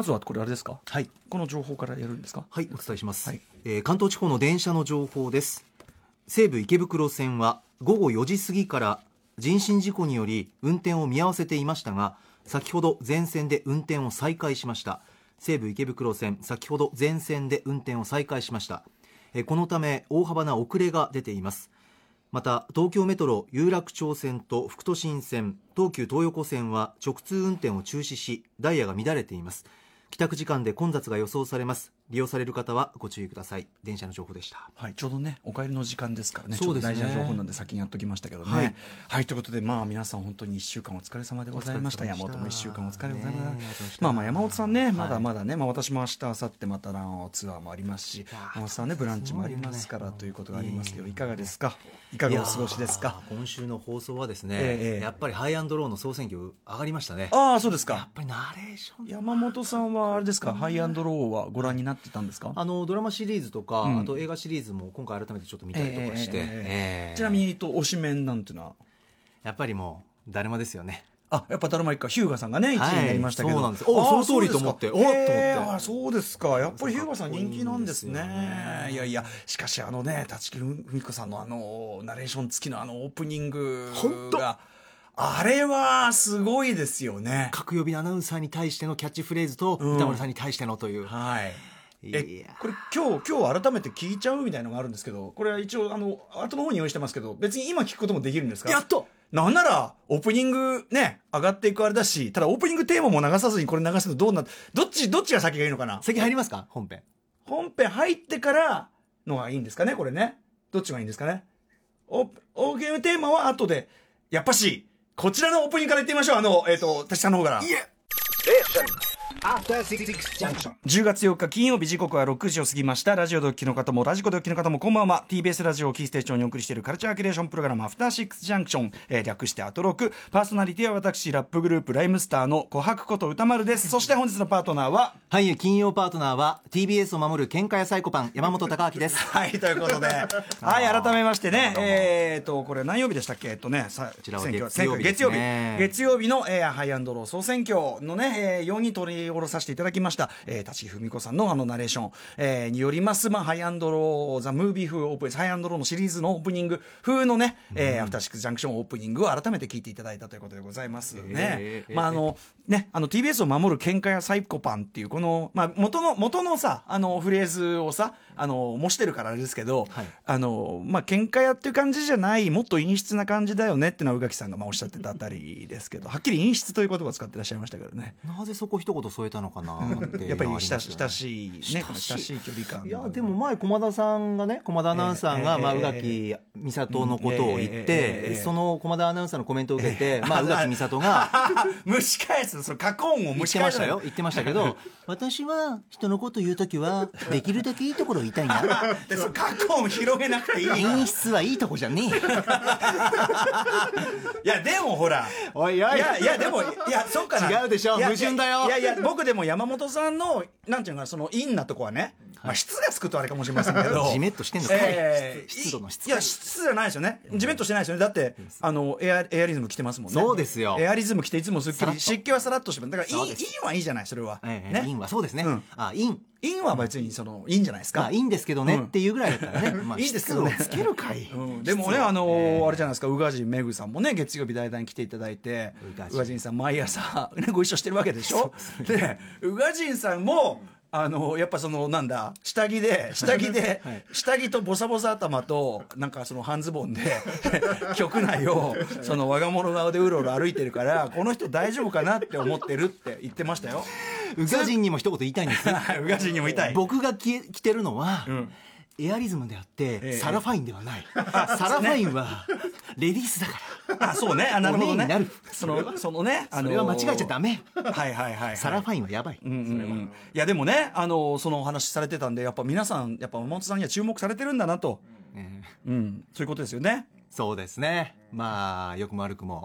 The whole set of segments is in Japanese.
まずはこれあれですか、 はい、 この情報からやるんですか。 はい、お伝えします、 はい。 関東地方の電車の情報です。西武池袋線は午後4時過ぎから人身事故により運転を見合わせていましたが、先ほど全線で運転を再開しました。西武池袋線、先ほど全線で運転を再開しました。このため大幅な遅れが出ています。また東京メトロ有楽町線と副都心線、東急東横線は直通運転を中止し、ダイヤが乱れています。帰宅時間で混雑が予想されます。利用される方はご注意ください。電車の情報でした。 はい、ちょうどねお帰りの時間ですからね。 そうですね、 ちょっと大事な情報なんで先にやっときましたけどね。はい、はい、ということで皆さん本当に1週間お疲れ様でございました。山本も1週間お疲れ様でございます。山本さんね、まだまだね、私も明日明後日またツアーもありますし、山本さんねブランチもありますからということがありますけど、いかがですか。いかがお過ごしですか。 今週の放送はですね、やっぱりハイアンドローの総選挙上がりましたね。 ああ、そうですか。 やっぱりナレーション、 山本さんはあれですか、ハイアンドローはご覧になってたんですか。 ドラマシリーズとか、あと映画シリーズも今回改めてちょっと見たりとかして、 ちなみに推しメンなんていうのはやっぱりもうだるまですよね。 やっぱだるま一家ヒューガさんがね1位になりましたけど、 そうなんです。その通りと思って、 そうですか。やっぱりヒューガさん人気なんですね。いやいや、しかし立木文子さんのナレーション付きのオープニングがあれはすごいですよね。 各曜日のアナウンサーに対してのキャッチフレーズと歌丸さんに対してのという、 はい。これ今日改めて聞いちゃうみたいなのがあるんですけど、これは一応後の方に用意してますけど、別に今聞くこともできるんですか。 やっとなんならオープニングね上がっていくあれだし、ただオープニングテーマも流さずにこれ流すとどっちが先がいいのかな。 先入りますか。本編入ってからのがいいんですかね、これね。どっちがいいんですかね。オープニングテーマは後で、やっぱしこちらのオープニングからいってみましょう。滝さんの方から。10月4日金曜日、時刻は6時を過ぎました。ラジオドッキの方もラジコドッキの方もこんばんは。 TBS ラジオをキーステーションにお送りしているカルチャーキュレーションプログラムアフターシックスジャンクション、略してアトロク。パーソナリティは私ラップグループライムスターの琥珀こと歌丸です。そして本日のパートナーは、 はい、金曜パートナーは TBS を守る喧嘩やサイコパン山本貴明です。 はい、ということではい、改めましてね、これ何曜日でしたっけ。こちらは月曜日ですね。 月曜日の、ハイアンドロー総選挙のね、ように取り下ろさせていただきました、立木文子さんのナレーション、によります、ハイアンドローザ・ムービー風オープニング、ハイアンドローのシリーズのオープニング風のね、アフターシックスジャンクションオープニングを改めて聞いていただいたということでございますね。TBS を守る喧嘩やサイコパンっていうこの、元のさフレーズをさ模してるからあれですけど、はい、喧嘩やっていう感じじゃない、もっと陰湿な感じだよねってのは宇垣さんがおっしゃってたあたりですけど、はっきり陰湿という言葉を使ってらっしゃいましたけどね。 なぜそこ一言添えたのかなってやっぱり親しい距離感。 いやでも前駒田さんがね、駒田アナウンサーが宇垣美里のことを言って、その駒田アナウンサーのコメントを受けて、宇垣美里が蒸し返す、その過去音を蒸し返す言ってましたけど私は人のこと言うときはできるだけいいところを言いたいなで、その過去音広げなくていい。 演出はいいとこじゃねえいやでもほら、 おいおい、いやでもそうかな、 違うでしょ、矛盾だよ。 いや僕でも山本さんのなんていうのか、その陰なとこはね、質がつくとあれかもしれませんけどジメッとしてんのかい、湿度の質。 いや質じゃないですよね、ジメッとしてないですよね。だってエアリズム着てますもんね。 そうですよ、 エアリズム着ていつもすっきり、湿気はさらっとしてます。だから陰はいいじゃない、それは、 陰はそうですね、 陰は別にいいんじゃないですか。 いいんですけどねっていうぐらいだったらね、 いいですけどね、 つけるかい。 でもね、あれじゃないですか、宇賀神めぐさんもね月曜日代打に来ていただいて、宇賀神さん毎朝ご一緒してるわけでしょ。で宇賀神さんもやっぱなんだ、下着とボサボサ頭となんか半ズボンで局内を我が物顔でうろうろ歩いてるから、この人大丈夫かなって思ってるって言ってましたよ。 宇賀神にも一言言いたいんです。 宇賀神にも言いたい。 僕が着てるのは、エアリズムであって、サラファインではない。サラファインはレディースだから。 そうね、なるほどね。 それは間違えちゃダメ。 はい。 サラファインはやばい。 いやでもね、そのお話されてたんで、やっぱ皆さん山本さんには注目されてるんだなと、そういうことですよね。 そうですね。良くも悪くも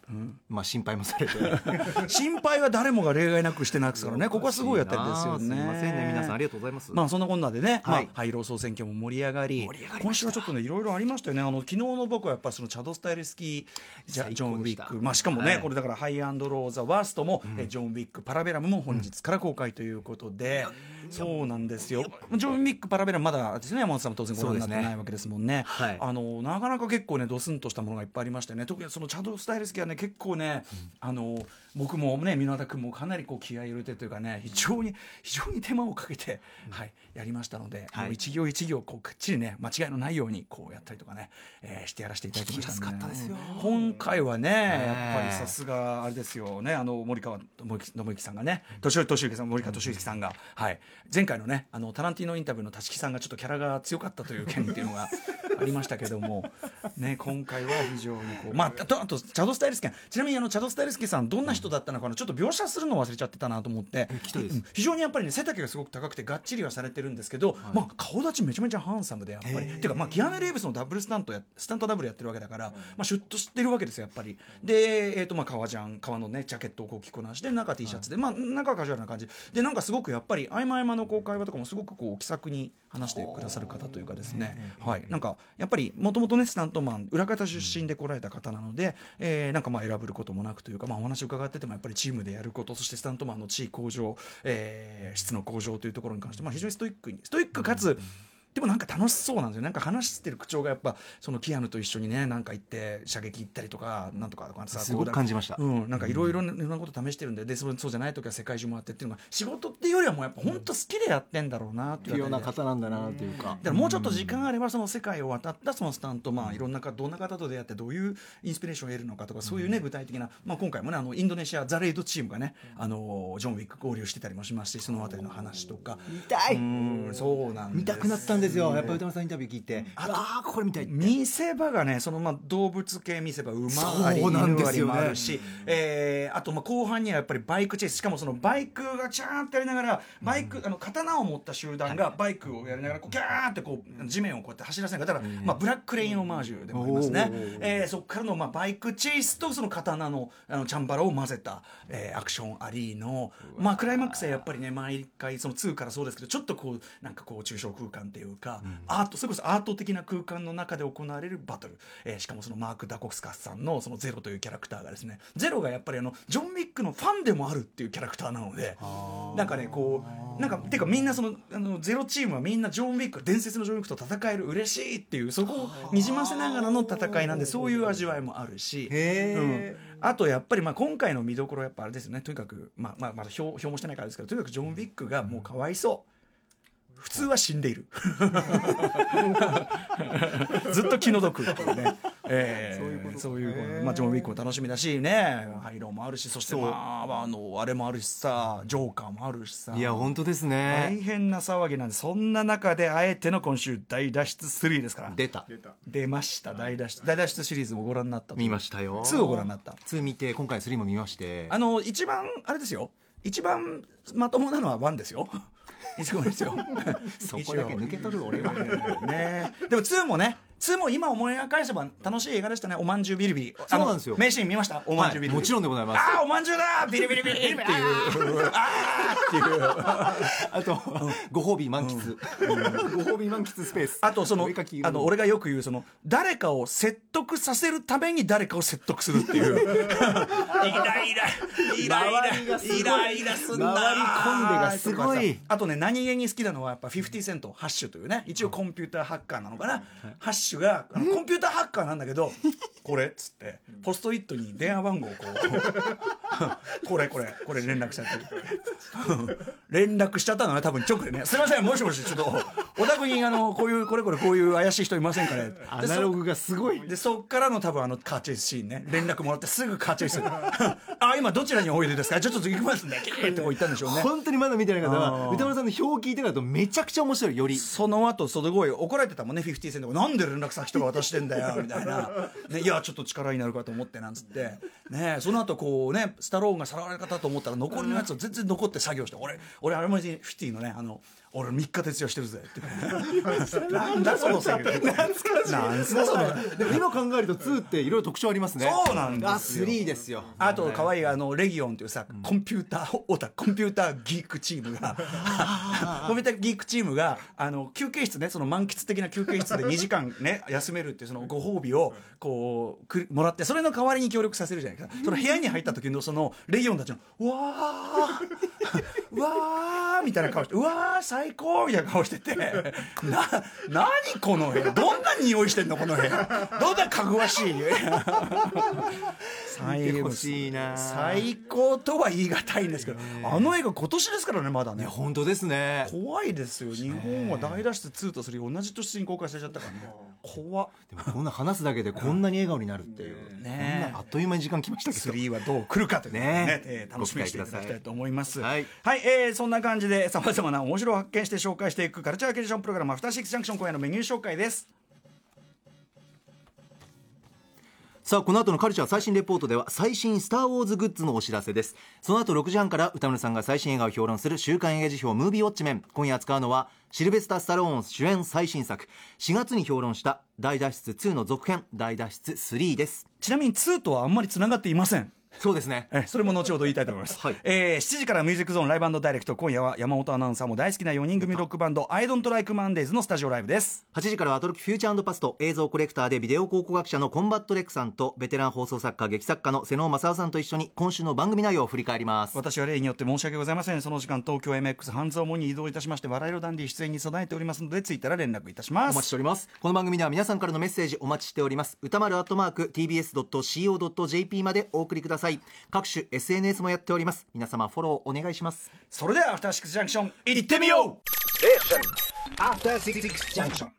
まあ心配もされて心配は誰もが例外なくしてなくすからね、ここはすごいやったりですよね。 すいませんね、皆さんありがとうございます。 まあそんなこんなでね、 はいまあ、廃炉総選挙も盛り上がり今週はちょっとねいろいろありましたよね。昨日の僕はやっぱりそのチャド・スタイルスキージョン・ウィック、まあ、しかもね、これだからハイアンドロー・ザ・ワーストも、ジョン・ウィック・パラベラムも本日から公開ということで、そうなんですよ。ジョン・ウィック・パラベラムまだですね、山本さんも当然ご覧になってないわけですもんね。 はい、 なかなか結構ねドスンとしたものがいっぱいありましたよね。特にそのチャド・スタイルスキーはね結構ね、僕もね箕輪田君もかなりこう気合い入れてというかね非常に手間をかけて、はい、やりましたので、もう一行一行こうきっちりね間違いのないようにこうやったりとかね、してやらせていただきましたね。 聞きやすかったですよ。 今回はねやっぱりさすがあれですよね、森川智之さんがね森川俊之さんが、はい、前回のねタランティーノインタビューの立木さんがちょっとキャラが強かったという件っていうのがありましたけどもね、今回は非常にこう、まあ、あとチャド・スタイルスキー、ちなみにチャド・スタイルスキーさんどんな人だったのかな、ちょっと描写するのを忘れちゃってたなと思って、非常にやっぱりね背丈がすごく高くてがっちりはされてるんですけど、まあ、顔立ちめちゃめちゃハンサムでやっぱりっていうか、まあ、キアヌ・レイブスのダブルスタントダブルやってるわけだから、まあ、シュッとしてるわけですよやっぱり。で、まあ、革のねジャケットをこう着こなして中 T シャツで、まあ、中はカジュアルな感じで、なんかすごくやっぱり合間合間のこう会話とかもすごくこう気さくに話してくださる方というかですね、はい、なんかやっぱりもともとねスタントマン裏方出身で来られた方なので、なんかまあ選ぶることもなくというか、まあ、お話を伺っててもやっぱりチームでやること、そしてスタントマンの地位向上、質の向上というところに関して、まあ、非常にストイックかつ、でもなんか楽しそうなんですよ。なんか話してる口調がやっぱそのキアヌと一緒にねなんか行って射撃行ったりとかなんとかさ、 すごく感じました。 なんかいろいろなこと試してるんで、そうじゃない時は世界中回ってっていうのが仕事っていうよりはもうやっぱ本当好きでやってんだろうなっていうような方なんだなっていうか、だからもうちょっと時間あればその世界を渡ったそのスタントマン、いろんなどんな方と出会ってどういうインスピレーションを得るのかとか、そういうね具体的な、まあ、今回もねインドネシアザ・レイドチームがねジョン・ウィック合流してたりもしますし、そのあたりの話とか見たい、 そうなんです、 見たくなったんですよ。やっぱり歌丸さんインタビュー聞いて、これみたいって、 見せ場がねそのまあ動物系見せ場、馬あり、 そうなん犬ありですよねもあるし、あとまあ後半にはやっぱりバイクチェイス、しかもそのバイクがチャーンってやりながらバイク、刀を持った集団がバイクをやりながらこうギャーってこう地面をこうやって走らせながら、まあ、ブラックレインオマージュでもありますね。そこからのまあバイクチェイスとその刀のチャンバラを混ぜた、アクションありの、まあ、クライマックスはやっぱりね毎回その2からそうですけどちょっとこうなんかこう抽象空間っていうか、それこそアート的な空間の中で行われるバトル、しかもそのマーク・ダコスカスさんのそのゼロというキャラクターがですね、ゼロがやっぱりジョン・ウィックのファンでもあるっていうキャラクターなので、なんかねこうなんかてかみんなそのゼロチームはみんなジョン・ウィック、伝説のジョン・ウィックと戦える、嬉しいっていうそこをにじませながらの戦いなんで、そういう味わいもあるし、あとやっぱりまあ今回の見どころはやっぱあれですね、とにかくまだ表もしてないからですけど、とにかくジョン・ウィックがもうかわいそう、普通は死んでいるずっと気の毒っていうね、そういうまあ、ジョン・ウィックも楽しみだしね、ハイローもあるし、そしてまああれもあるしさ、ジョーカーもあるしさ、 いや本当ですね、 大変な騒ぎなんで、そんな中であえての今週大脱出3ですから、出ました。大脱出シリーズもご覧になった？ 見ましたよ。 2をご覧になった？ 2見て今回3も見まして、 一番あれですよ、一番まともなのは1ですよ一番ですよそこだけ抜け取る俺はね。でも2もね、2も今思い返せば楽しい映画でしたね。おまんじゅうビリビリ、 そうなんですよ。 名シーン見ました？おまんじゅうビリビリ、 もちろんでございます。 おまんじゅうだビリビリビリっていうっていうあとご褒美満喫ご褒美満喫スペース、 あとその俺がよく言うその誰かを説得させるために誰かを説得するっていうイライラすんな、 回り込んでがすごい。 あとね何気に好きなのはやっぱ50セントハッシュというね、一応コンピューターハッカーなのかな、ハッシュがコンピューターハッカーなんだけどこれっつってポストイットに電話番号をこうこれ連絡しちゃって連絡しちゃったのね多分直でね、すいませんもしもしちょっとお宅にこういうこういう怪しい人いませんかね、 アナログがすごいでそっからの多分カーチェイスシーンね、連絡もらってすぐカーチェイス今どちらにおいでですか、ちょっと行きますんでキーってこう言ったんでしょうね。 本当にまだ見てない方は歌丸さんの表聞いてからとめちゃくちゃ面白い。よりその後すごい怒られてたもんね、50セントがなんで連絡先とか渡してんだよみたいな、ね、いやちょっと力になるかと思ってなんつって、 ねその後こうねスタローンがさらわれ方と思ったら残りのやつを全然残って作業して、俺アルマジフィティのね俺3日徹夜してるぜってなんだそのセリフなんすかそのでも今考えると2っていろいろ特徴ありますね。 そうなんですよ。 3ですよ。 あと可愛いレギオンっていうさ、コンピューターギークチームがコンピューターギークチームが休憩室ね、その満喫的な休憩室で2時間ね休めるっていうそのご褒美をこうもらって、それの代わりに協力させるじゃないか。その部屋に入った時のそのレギオンたちのうわーみたいな顔して、うわー最高みたいな顔してて、何この部屋、どんな匂いしてんのこの部屋、どんなかぐわしい最高とは言い難いんですけど、あの映画今年ですからね、まだね。 本当ですね。 怖いですよ。日本は大脱出2と3同じ年に公開されちゃったからね。怖っ。 でもこんな話すだけでこんなに笑顔になるっていう、 ね、 こんなあっという間に時間来ましたけど、 3はどう来るかというね、楽しみにしていただきたいと思います。はい、そんな感じでさまざまな面白を発見して紹介していくカルチャーキュレーションプログラムアフターシックスジャンクション、今夜のメニュー紹介です。 さあこの後のカルチャー最新レポートでは最新スターウォーズグッズのお知らせです。その後6時半から歌丸さんが最新映画を評論する週刊映画辞表ムービーウォッチメン。今夜扱うのはシルベスター・スタローン主演最新作、4月に評論した大脱出2の続編大脱出3です。 ちなみに2とはあんまりつながっていません。 そうですね。 それも後ほど言いたいと思います。はい、7時からミュージックゾーンライブ&ダイレクト。今夜は山本アナウンサーも大好きな4人組ロックバンドアイドントライクマンデーズのスタジオライブです。 8時からはアトロックフューチャー&パスト、映像コレクターでビデオ考古学者のコンバットレックさんとベテラン放送作家劇作家の瀬能正夫さんと一緒に今週の番組内容を振り返ります。 私は例によって申し訳ございません。その時間東京 MX 半蔵門に移動いたしまして、笑いのダンディ出演に備えておりますので、着いたら連絡いたします。 お待ちしております。この番組では皆さんからのメッセージお待ちしております。歌丸@tbs.co.jp までお送りください。各種SNS もやっております。皆様フォローお願いします。 それではアフターシックスジャンクション行ってみよう。 アフターシックスジャンクション